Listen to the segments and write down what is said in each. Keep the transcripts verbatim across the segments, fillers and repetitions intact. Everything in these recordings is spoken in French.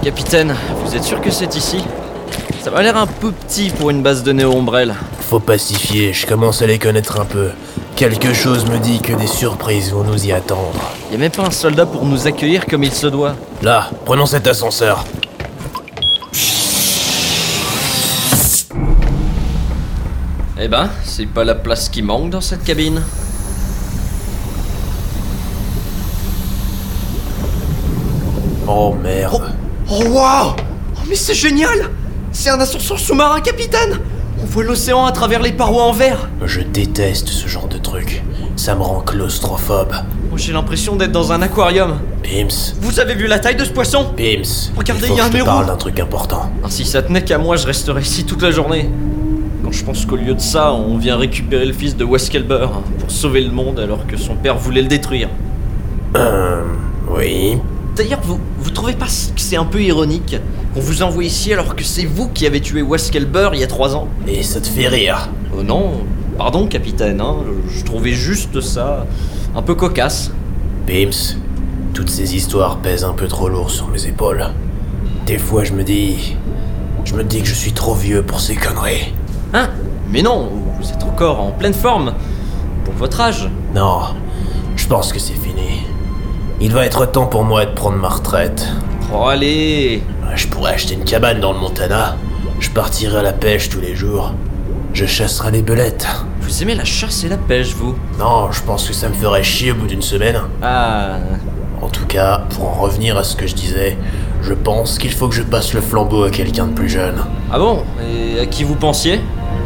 Capitaine, vous êtes sûr que c'est ici? Ça m'a l'air un peu petit pour une base de néo-ombrelle. Faut pacifier, je commence à les connaître un peu. Quelque chose me dit que des surprises vont nous y attendre. Y'a même pas un soldat pour nous accueillir comme il se doit. Là, prenons cet ascenseur. Eh ben, c'est pas la place qui manque dans cette cabine. Oh merde. Oh, oh waouh! Oh mais c'est génial! C'est un ascenseur sous-marin, capitaine! On voit l'océan à travers les parois en verre. Je déteste ce genre de truc. Ça me rend claustrophobe. Oh, j'ai l'impression d'être dans un aquarium. Pims. Vous avez vu la taille de ce poisson? Pims. Regardez, il faut y a que un je te héros. parle d'un truc important. Ah, si ça tenait qu'à moi, je resterais ici toute la journée. Quand je pense qu'au lieu de ça, on vient récupérer le fils de Weskelber pour sauver le monde alors que son père voulait le détruire. Euh... Oui... D'ailleurs, vous, vous trouvez pas que c'est un peu ironique qu'on vous envoie ici alors que c'est vous qui avez tué Weskelber il y a trois ans? Et ça te fait rire? Oh non, pardon capitaine, hein, je trouvais juste ça un peu cocasse. Pims, toutes ces histoires pèsent un peu trop lourd sur mes épaules. Des fois je me dis... Je me dis que je suis trop vieux pour ces conneries. Hein? Mais non, vous êtes encore en pleine forme. Pour votre âge. Non, je pense que c'est fini. Il va être temps pour moi de prendre ma retraite. Oh allez. Je pourrais acheter une cabane dans le Montana. Je partirai à la pêche tous les jours. Je chasserai les belettes. Vous aimez la chasse et la pêche, vous? Non, je pense que ça me ferait chier au bout d'une semaine. Ah... En tout cas, pour en revenir à ce que je disais, je pense qu'il faut que je passe le flambeau à quelqu'un de plus jeune. Ah bon? Et à qui vous pensiez?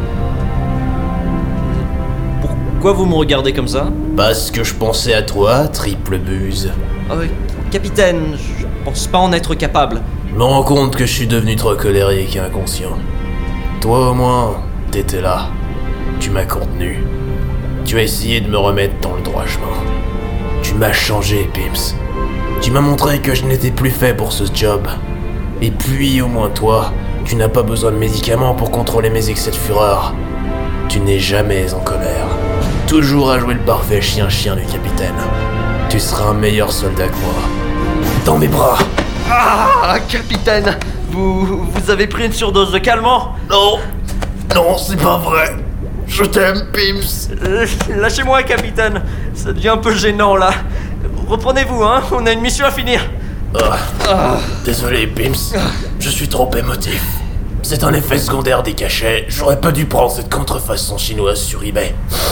Pourquoi vous me regardez comme ça? Parce que je pensais à toi, triple buse. Ah ouais, capitaine, je pense pas en être capable. Je me rends compte que je suis devenu trop colérique et inconscient. Toi au moins, t'étais là. Tu m'as contenu. Tu as essayé de me remettre dans le droit chemin. Tu m'as changé, Pims. Tu m'as montré que je n'étais plus fait pour ce job. Et puis, au moins toi, tu n'as pas besoin de médicaments pour contrôler mes excès de fureur. Tu n'es jamais en colère. Toujours à jouer le parfait chien-chien du capitaine. Tu seras un meilleur soldat que moi. Dans mes bras. Ah, capitaine! Vous, vous avez pris une surdose de calmant? Non, non, c'est pas vrai. Je t'aime, Pims. Euh, Lâchez-moi, capitaine. Ça devient un peu gênant, là. Reprenez-vous, hein. On a une mission à finir. Ah, Ah. Désolé, Pims. Je suis trop émotif. C'est un effet secondaire des cachets. J'aurais pas dû prendre cette contrefaçon chinoise sur eBay.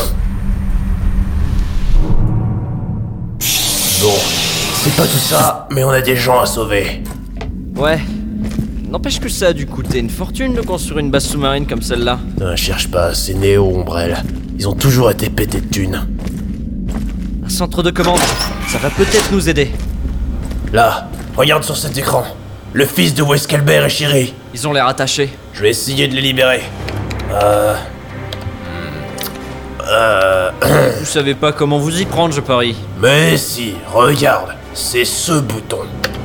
Bon, c'est pas tout ça, mais on a des gens à sauver. Ouais. N'empêche que ça a dû coûter une fortune de construire une base sous-marine comme celle-là. Ne cherche pas, c'est Néo Ombrelle. Ils ont toujours été pétés de thunes. Un centre de commande, ça va peut-être nous aider. Là, regarde sur cet écran. Le fils de Weskelber et Shiri. Ils ont l'air attachés. Je vais essayer de les libérer. Euh... Euh... Vous savez pas comment vous y prendre, je parie. Mais si, regarde, c'est ce bouton.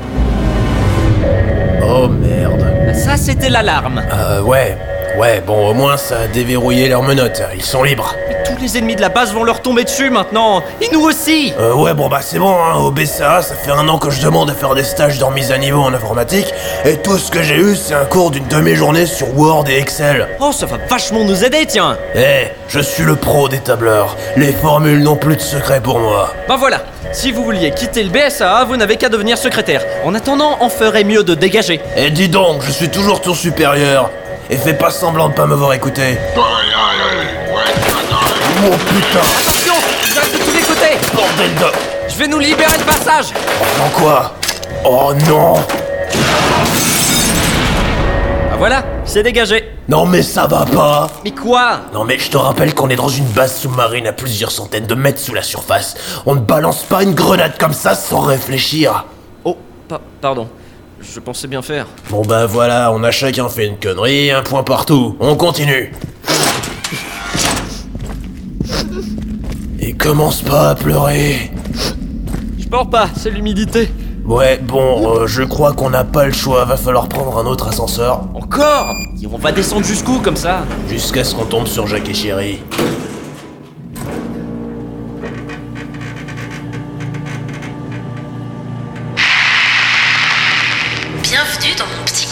Oh merde. Ça, c'était l'alarme. Euh, ouais, ouais, bon, au moins ça a déverrouillé leurs menottes, ils sont libres. Mais tous les ennemis de la base vont leur tomber dessus maintenant. Et nous aussi. Euh, ouais, bon, bah c'est bon, hein, au B C A, ça fait un an que je demande à faire des stages de remise à niveau en informatique, et tout ce que j'ai eu, c'est un cours d'une demi-journée sur Word et Excel. Oh, ça va vachement nous aider, tiens. Eh, je suis le pro des tableurs, les formules n'ont plus de secret pour moi. Ben voilà. Si vous vouliez quitter le B S A A, vous n'avez qu'à devenir secrétaire. En attendant, on ferait mieux de dégager. Eh dis donc, je suis toujours ton supérieur. Et fais pas semblant de pas m'avoir écouté. Oh putain. Attention, j'arrive de tous les côtés. Bordel de... Je vais nous libérer le passage. Dans quoi? Oh non. Ah voilà, c'est dégagé. Non mais ça va pas. Mais quoi? Non mais je te rappelle qu'on est dans une base sous-marine à plusieurs centaines de mètres sous la surface. On ne balance pas une grenade comme ça sans réfléchir. Oh, pa- pardon. Je pensais bien faire. Bon bah voilà, on a chacun fait une connerie, un point partout. On continue. Et commence pas à pleurer. Je pleure pas, c'est l'humidité. Ouais, bon, euh, je crois qu'on n'a pas le choix, va falloir prendre un autre ascenseur. Encore? Et on va descendre jusqu'où comme ça? Jusqu'à ce qu'on tombe sur Jacques et Chéri. Bienvenue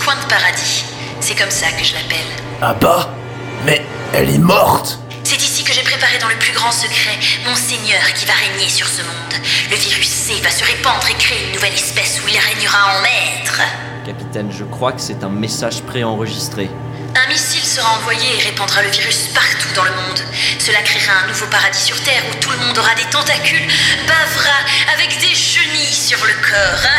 point de paradis. C'est comme ça que je l'appelle. Ah bah? Mais elle est morte! C'est ici que j'ai préparé dans le plus grand secret mon seigneur qui va régner sur ce monde. Le virus C va se répandre et créer une nouvelle espèce où il régnera en maître. Capitaine, je crois que c'est un message préenregistré. Un missile sera envoyé et répandra le virus partout dans le monde. Cela créera un nouveau paradis sur Terre où tout le monde aura des tentacules, bavera avec des chenilles sur le corps.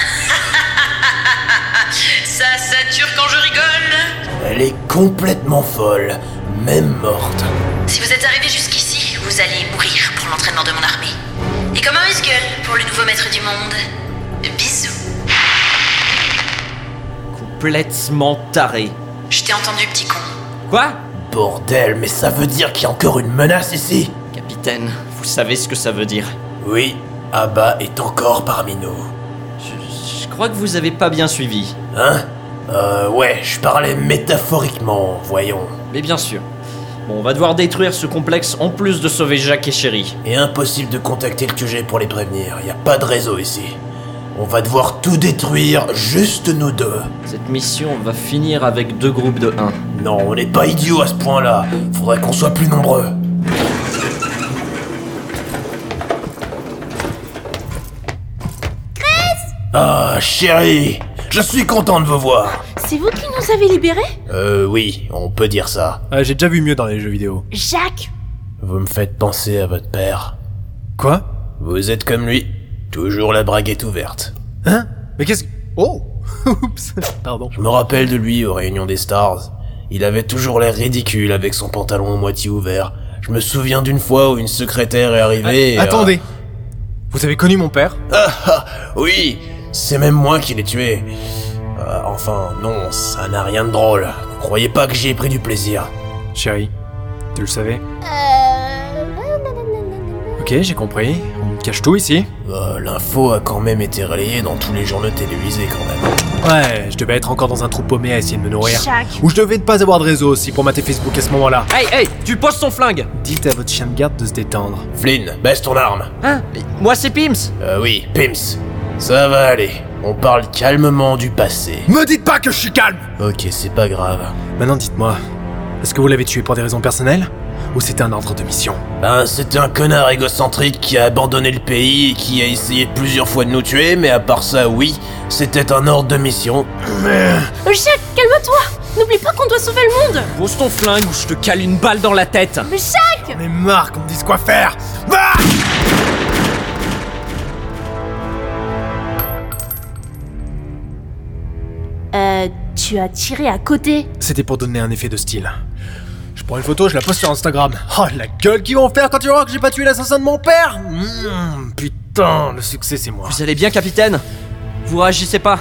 Ça sature quand je rigole. Elle est complètement folle, même morte. Si vous êtes arrivé jusqu'ici, vous allez mourir pour l'entraînement de mon armée. Et comme un muscle pour le nouveau maître du monde. Bisous. Complètement taré. Je t'ai entendu, petit con. Quoi? Bordel, mais ça veut dire qu'il y a encore une menace ici? Capitaine, vous savez ce que ça veut dire. Oui, Abba est encore parmi nous. Je, je crois que vous avez pas bien suivi. Hein? Euh, ouais, je parlais métaphoriquement, voyons. Mais bien sûr. Bon, on va devoir détruire ce complexe en plus de sauver Jacques et Chéri. Et impossible de contacter le Q G pour les prévenir, y a pas de réseau ici. On va devoir tout détruire, juste nous deux. Cette mission va finir avec deux groupes de un. Non, on n'est pas idiots à ce point-là. Faudrait qu'on soit plus nombreux. Grace! Ah, chérie, je suis content de vous voir. C'est vous qui nous avez libérés? Euh, oui, on peut dire ça. Euh, j'ai déjà vu mieux dans les jeux vidéo. Jacques! Vous me faites penser à votre père. Quoi? Vous êtes comme lui. Toujours la braguette ouverte. Hein? Mais qu'est-ce que... Oh! Oups! Pardon. Je me rappelle de lui aux réunions des Stars. Il avait toujours l'air ridicule avec son pantalon à moitié ouvert. Je me souviens d'une fois où une secrétaire est arrivée et, Ah, euh, attendez! Vous avez connu mon père? Ah ah, oui, c'est même moi qui l'ai tué. Euh, enfin, non, ça n'a rien de drôle. Croyez pas que j'y ai pris du plaisir. Chérie, tu le savais? Euh... Ok, j'ai compris. On me cache tout ici? Euh, L'info a quand même été relayée dans tous les journaux télévisés quand même. Ouais, je devais être encore dans un trou paumé à essayer de me nourrir. Jacques! Ou je devais ne pas avoir de réseau aussi pour mater Facebook à ce moment-là. Hey, hey, tu poses ton flingue! Dites à votre chien de garde de se détendre. Flynn, baisse ton arme. Hein? Mais moi c'est Pims! Euh, oui, Pims. Ça va aller. On parle calmement du passé. Me dites pas que je suis calme! Ok, c'est pas grave. Maintenant dites-moi, est-ce que vous l'avez tué pour des raisons personnelles? Ou c'était un ordre de mission? Ben, c'était un connard égocentrique qui a abandonné le pays et qui a essayé plusieurs fois de nous tuer, mais à part ça, oui, c'était un ordre de mission. Euh, Jacques, calme-toi! N'oublie pas qu'on doit sauver le monde! Pose ton flingue ou je te cale une balle dans la tête! Mais Jacques! J'en ai marre qu'on me dise quoi faire! Ah! Euh, tu as tiré à côté. C'était pour donner un effet de style. Je prends une photo, je la poste sur Instagram. Oh, la gueule qu'ils vont faire quand tu verras que j'ai pas tué l'assassin de mon père! Mmh, putain, le succès c'est moi. Vous allez bien, capitaine? Vous réagissez pas?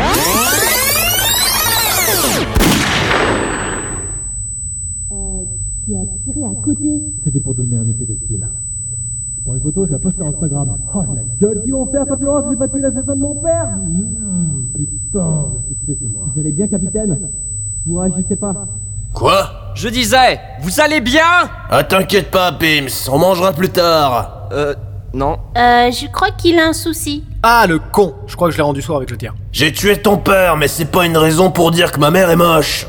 Tu as tiré à côté. C'était pour donner un effet de style. Je prends une photo, je la poste sur Instagram. Oh, la gueule qu'ils vont faire quand tu verras que j'ai pas tué l'assassin de mon père! Mmh, putain, le succès c'est moi. Vous allez bien, capitaine? Vous réagissez pas? Quoi? Je disais, vous allez bien? Ah, t'inquiète pas, Pims, on mangera plus tard. Euh, non. Euh, je crois qu'il a un souci. Ah, le con! Je crois que je l'ai rendu sourd avec le tir. J'ai tué ton père, mais c'est pas une raison pour dire que ma mère est moche.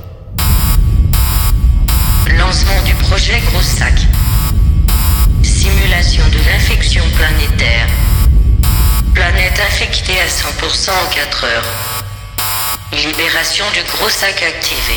Lancement du projet Gros Sac. Simulation de l'infection planétaire. Planète infectée à cent pour cent en quatre heures. Libération du Gros Sac activé.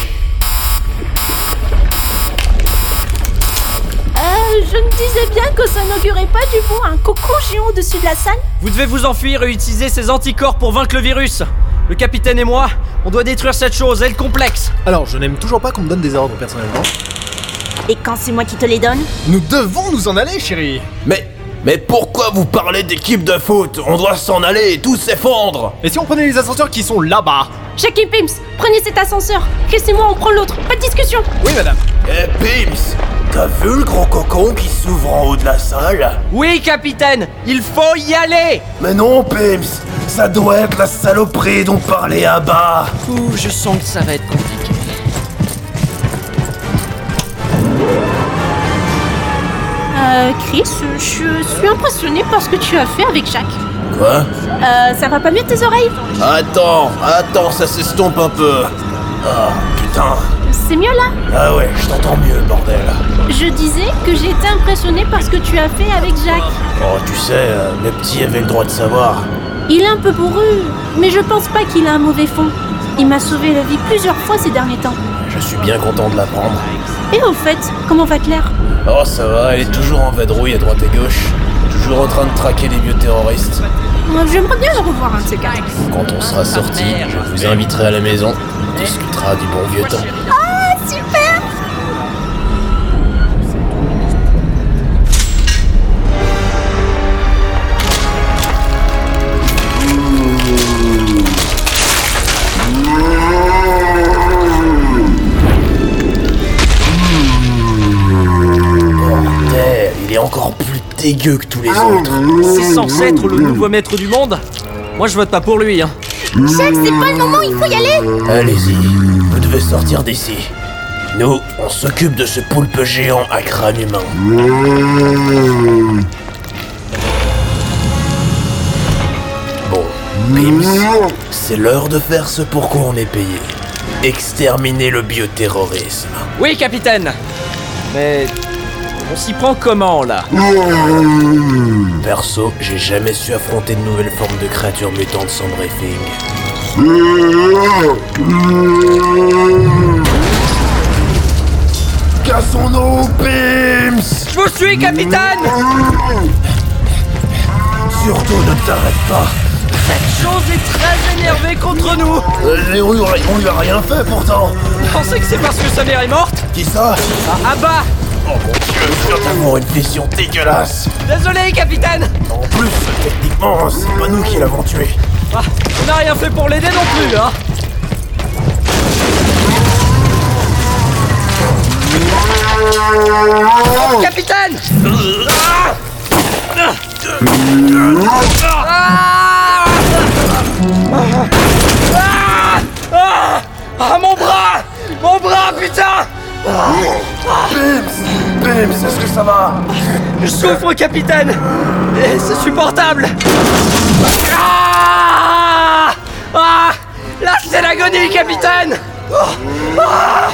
Euh, je me disais bien que ça n'augurait pas du bon un cocon géant au-dessus de la salle. Vous devez vous enfuir et utiliser ces anticorps pour vaincre le virus. Le capitaine et moi, on doit détruire cette chose et le complexe. Alors, je n'aime toujours pas qu'on me donne des ordres personnellement. Et quand c'est moi qui te les donne? Nous devons nous en aller, chérie! Mais, mais pourquoi vous parlez d'équipe de foot? On doit s'en aller et tout s'effondre. Et si on prenait les ascenseurs qui sont là-bas? Jacques et Pims, prenez cet ascenseur. Chris et moi, on prend l'autre. Pas de discussion. Oui, madame. Eh, Pims, t'as vu le gros cocon qui s'ouvre en haut de la salle? Oui, capitaine, il faut y aller. Mais non, Pims, ça doit être la saloperie dont parlait Abba. Ouh, je sens que ça va être compliqué. Euh, Chris, je suis impressionnée par ce que tu as fait avec Jacques. Quoi? Euh, ça va pas mieux tes oreilles? Attends, attends, ça s'estompe un peu. Ah, putain. C'est mieux là? Ah ouais, je t'entends mieux, bordel. Je disais que j'ai été impressionnée par ce que tu as fait avec Jacques. Oh, tu sais, euh, le petit avait le droit de savoir. Il est un peu bourru, mais je pense pas qu'il a un mauvais fond. Il m'a sauvé la vie plusieurs fois ces derniers temps. Je suis bien content de l'apprendre. Et au fait, comment va Claire? Oh, ça va, elle est toujours en vadrouille à droite et gauche. Toujours en train de traquer des vieux terroristes. J'aimerais bien le revoir un de ces quatre. Quand on sera sortis, je vous inviterai à la maison. On discutera du bon vieux temps. Ah, super! Bordel, il est encore plus dégueu que tous les autres. C'est censé être le nouveau maître du monde? Moi je vote pas pour lui, hein. Jacques, c'est pas le moment, il faut y aller! Allez-y, vous devez sortir d'ici. Nous, on s'occupe de ce poulpe géant à crâne humain. Bon, Pims, c'est l'heure de faire ce pourquoi on est payé. Exterminer le bioterrorisme. Oui, capitaine. Mais on s'y prend comment là? Perso, j'ai jamais su affronter de nouvelles formes de créatures mutantes sans briefing. Cassons-nous, Pims! Je vous suis, capitaine! Surtout ne t'arrête pas. Cette chose est très énervée contre nous! Euh, on, lui a, on lui a rien fait pourtant. Vous pensez que c'est parce que sa mère est morte? Qui ça? Ah, Abba! Oh mon dieu, je viens d'avoir une vision dégueulasse. Désolé, capitaine! En plus, techniquement, c'est pas nous qui l'avons tué. Ah, on n'a rien fait pour l'aider non plus, hein! Oh, capitaine! Ah, ah, ah, ah, mon bras! Mon bras, putain! Pims! Pims, est-ce que ça va? Je souffre, capitaine! Et c'est supportable! Ah, ah, là, c'est l'agonie, capitaine! Ah, ah,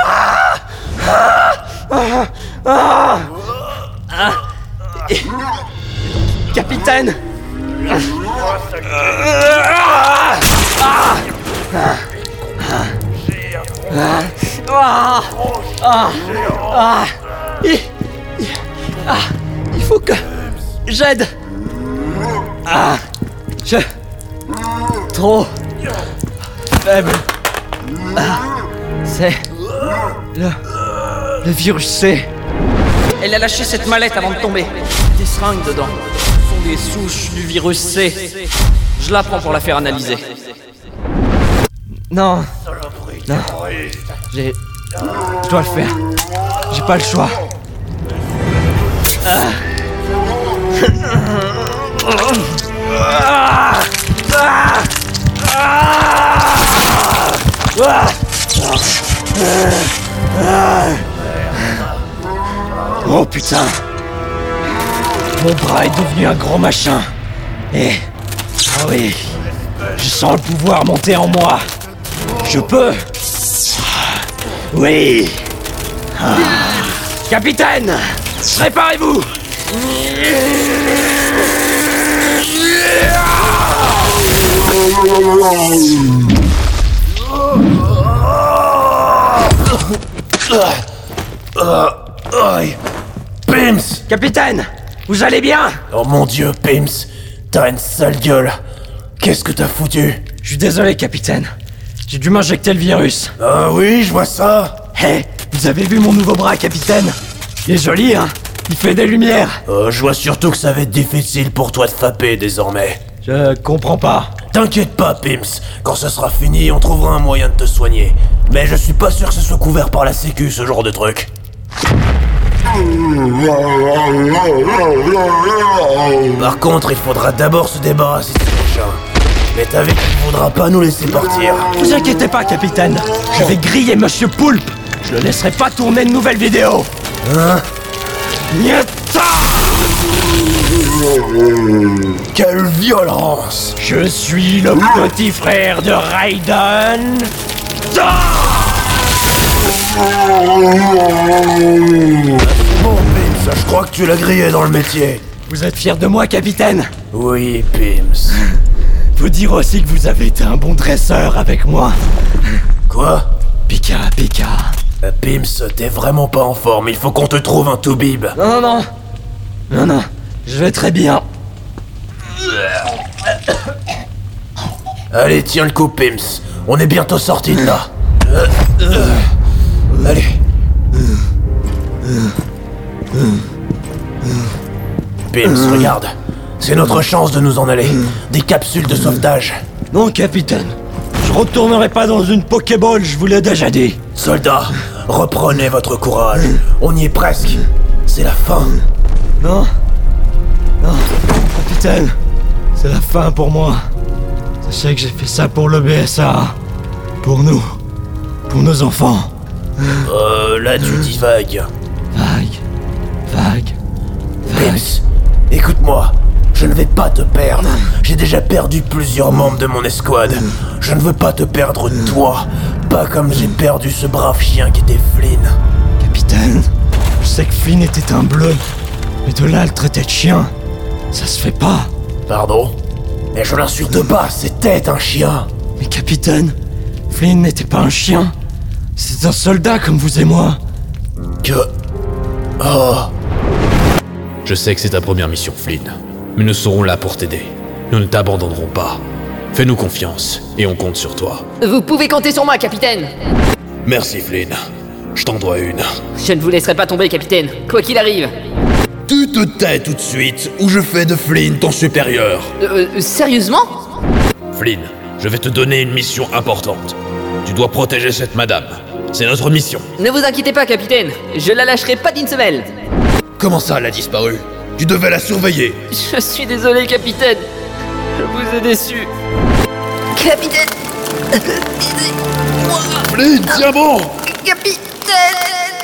ah, ah, ah, et- Capitaine! Ah, ah, ah, ah, ah, il, il- ah, il faut que j'aide. Ah, je trop faible. Ah, c'est le le virus C. Elle a lâché cette mallette avant de tomber. Des seringues dedans. Ce sont des souches du virus C. Je la prends pour la faire analyser. Non. Non. J'ai... Je dois le faire. J'ai pas le choix. Ah. Ah. Ah. Ah. Ah. Oh putain. Mon bras est devenu un gros machin. Et... Ah oui. Je sens le pouvoir monter en moi. Je peux. Oui. Ah. Capitaine, préparez-vous. Pims! Capitaine, vous allez bien? Oh mon dieu, Pims! T'as une sale gueule! Qu'est-ce que t'as foutu? Je suis désolé, capitaine. J'ai dû m'injecter le virus. Ah oui, je vois ça! Hé, vous avez vu mon nouveau bras, capitaine? Il est joli, hein? Il fait des lumières. Euh, je vois surtout que ça va être difficile pour toi de faper désormais. Je comprends pas. T'inquiète pas, Pims. Quand ce sera fini, on trouvera un moyen de te soigner. Mais je suis pas sûr que ce soit couvert par la sécu, ce genre de truc. Par contre, il faudra d'abord se débarrasser de ce chat. Mais t'as vu qu'il ne voudra pas nous laisser partir. Vous inquiétez pas, capitaine. Je vais griller Monsieur Poulpe. Je le laisserai pas tourner de nouvelles vidéos. Hein? Nieta! Quelle violence! Je suis le petit frère de Raiden. Bon, Pims, je crois que tu l'as grillé dans le métier. Vous êtes fier de moi, capitaine? Oui, Pims. Faut dire aussi que vous avez été un bon dresseur avec moi. Quoi? Pika, Pika. Euh, Pims, t'es vraiment pas en forme, il faut qu'on te trouve un toubib. Non, non. Non, non. Je vais très bien. Allez, tiens le coup, Pims. On est bientôt sorti de là. Euh, euh, allez. Pims, regarde. C'est notre chance de nous en aller. Des capsules de sauvetage. Non, capitaine. Je retournerai pas dans une Pokéball, je vous l'ai déjà dit. Soldats, reprenez votre courage. On y est presque. C'est la fin. Non. Non. Capitaine. C'est la fin pour moi. Sachez que j'ai fait ça pour le B S A. Pour nous. Pour nos enfants. Euh, là tu dis vague. Vague. Vague. Vague. Pims, écoute-moi. Je ne vais pas te perdre. J'ai déjà perdu plusieurs membres de mon escouade. Je ne veux pas te perdre toi. Pas comme j'ai perdu ce brave chien qui était Flynn. Capitaine, je sais que Flynn était un bleu. Mais de là à le traiter de chien, ça se fait pas. Pardon? Mais je l'insulte pas, c'était un chien. Mais capitaine, Flynn n'était pas un chien. C'est un soldat comme vous et moi. Que... Oh... Je sais que c'est ta première mission, Flynn. Mais nous serons là pour t'aider. Nous ne t'abandonnerons pas. Fais-nous confiance, et on compte sur toi. Vous pouvez compter sur moi, capitaine. Merci, Flynn. Je t'en dois une. Je ne vous laisserai pas tomber, capitaine, quoi qu'il arrive. Tu te tais tout de suite, ou je fais de Flynn ton supérieur. Euh, euh, sérieusement? Flynn, je vais te donner une mission importante. Tu dois protéger cette madame. C'est notre mission. Ne vous inquiétez pas, capitaine. Je la lâcherai pas d'une semelle. Comment ça, elle a disparu? Tu devais la surveiller. Je suis désolé, capitaine. Je vous ai déçu. Capitaine, aidez-moi. Flynn, tiens bon. Capitaine.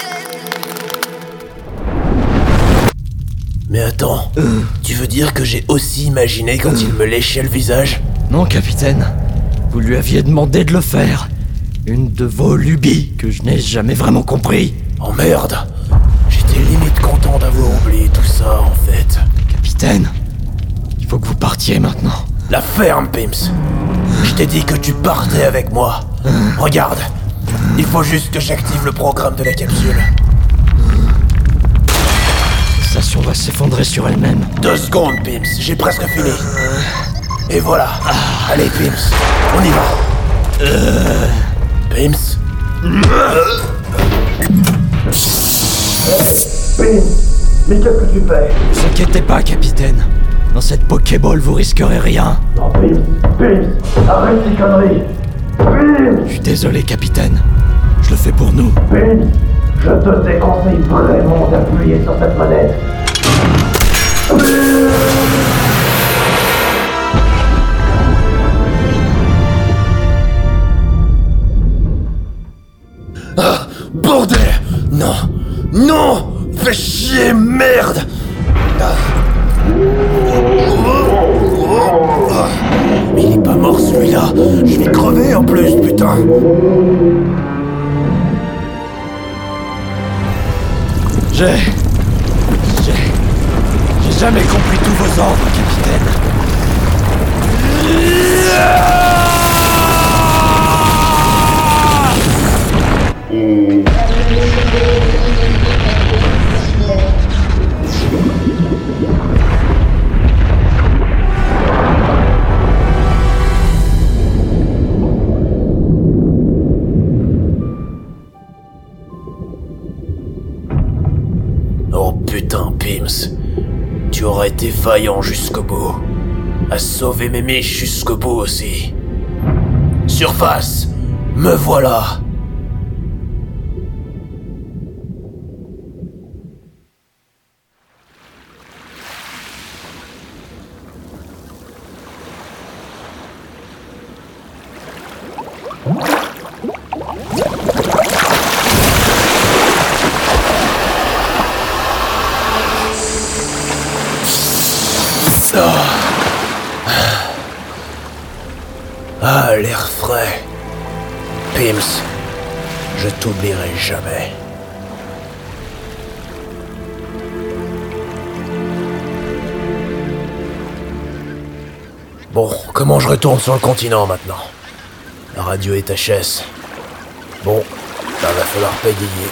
Mais attends, tu veux dire que j'ai aussi imaginé quand il me léchait le visage? Non, capitaine. Vous lui aviez demandé de le faire. Une de vos lubies que je n'ai jamais vraiment compris. Oh merde! J'étais limite content d'avoir oublié tout ça, en fait. Capitaine, il faut que vous partiez maintenant. La ferme, Pims. Je t'ai dit que tu partais avec moi. Regarde, il faut juste que j'active le programme de la capsule. La station va s'effondrer sur elle-même. Deux secondes, Pims, j'ai presque fini. Et voilà. Allez, Pims, on y va. Pims. Pims, mais qu'est-ce que tu fais? Ne vous inquiétez pas, capitaine. Dans cette Pokéball, vous risquerez rien. Non, Pims, Pims, arrête ces conneries. Pims, Je suis désolé, capitaine. Je le fais pour nous. Pims, je te déconseille vraiment d'appuyer sur cette manette. Ah, bordel! Non! Non! Fais chier, merde! Ah. Ah. Mais il est pas mort celui-là! Je vais crever en plus, putain! J'ai... J'ai... J'ai jamais compris tous vos ordres, capitaine. Oh putain, Pims. Tu aurais été vaillant jusqu'au bout. À sauver mes miches jusqu'au bout aussi. Surface, me voilà. Ah, l'air frais. Trims, je t'oublierai jamais. Bon, comment je retourne sur le continent maintenant? La radio est H S. Bon, ça va falloir pagayer.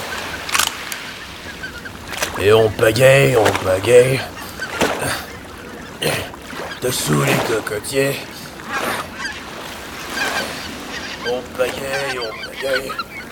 Et on pagaye, on pagaye. Dessous les cocotiers. On pagaye, on pagaye.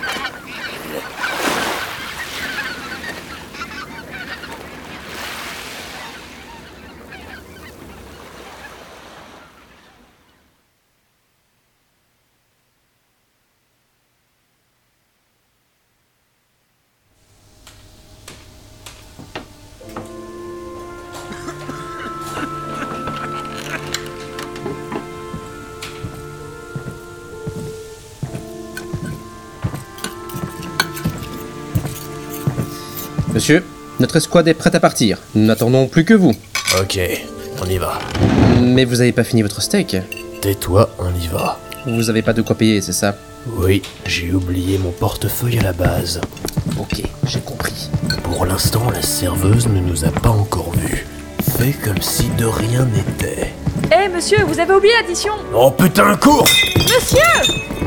Monsieur, notre escouade est prête à partir. Nous n'attendons plus que vous. Ok, on y va. Mais vous avez pas fini votre steak. Tais-toi, on y va. Vous avez pas de quoi payer, c'est ça? Oui, j'ai oublié mon portefeuille à la base. Ok, j'ai compris. Pour l'instant, la serveuse ne nous a pas encore vus. Fais comme si de rien n'était. Eh, monsieur, vous avez oublié l'addition! Oh putain, cours! Monsieur!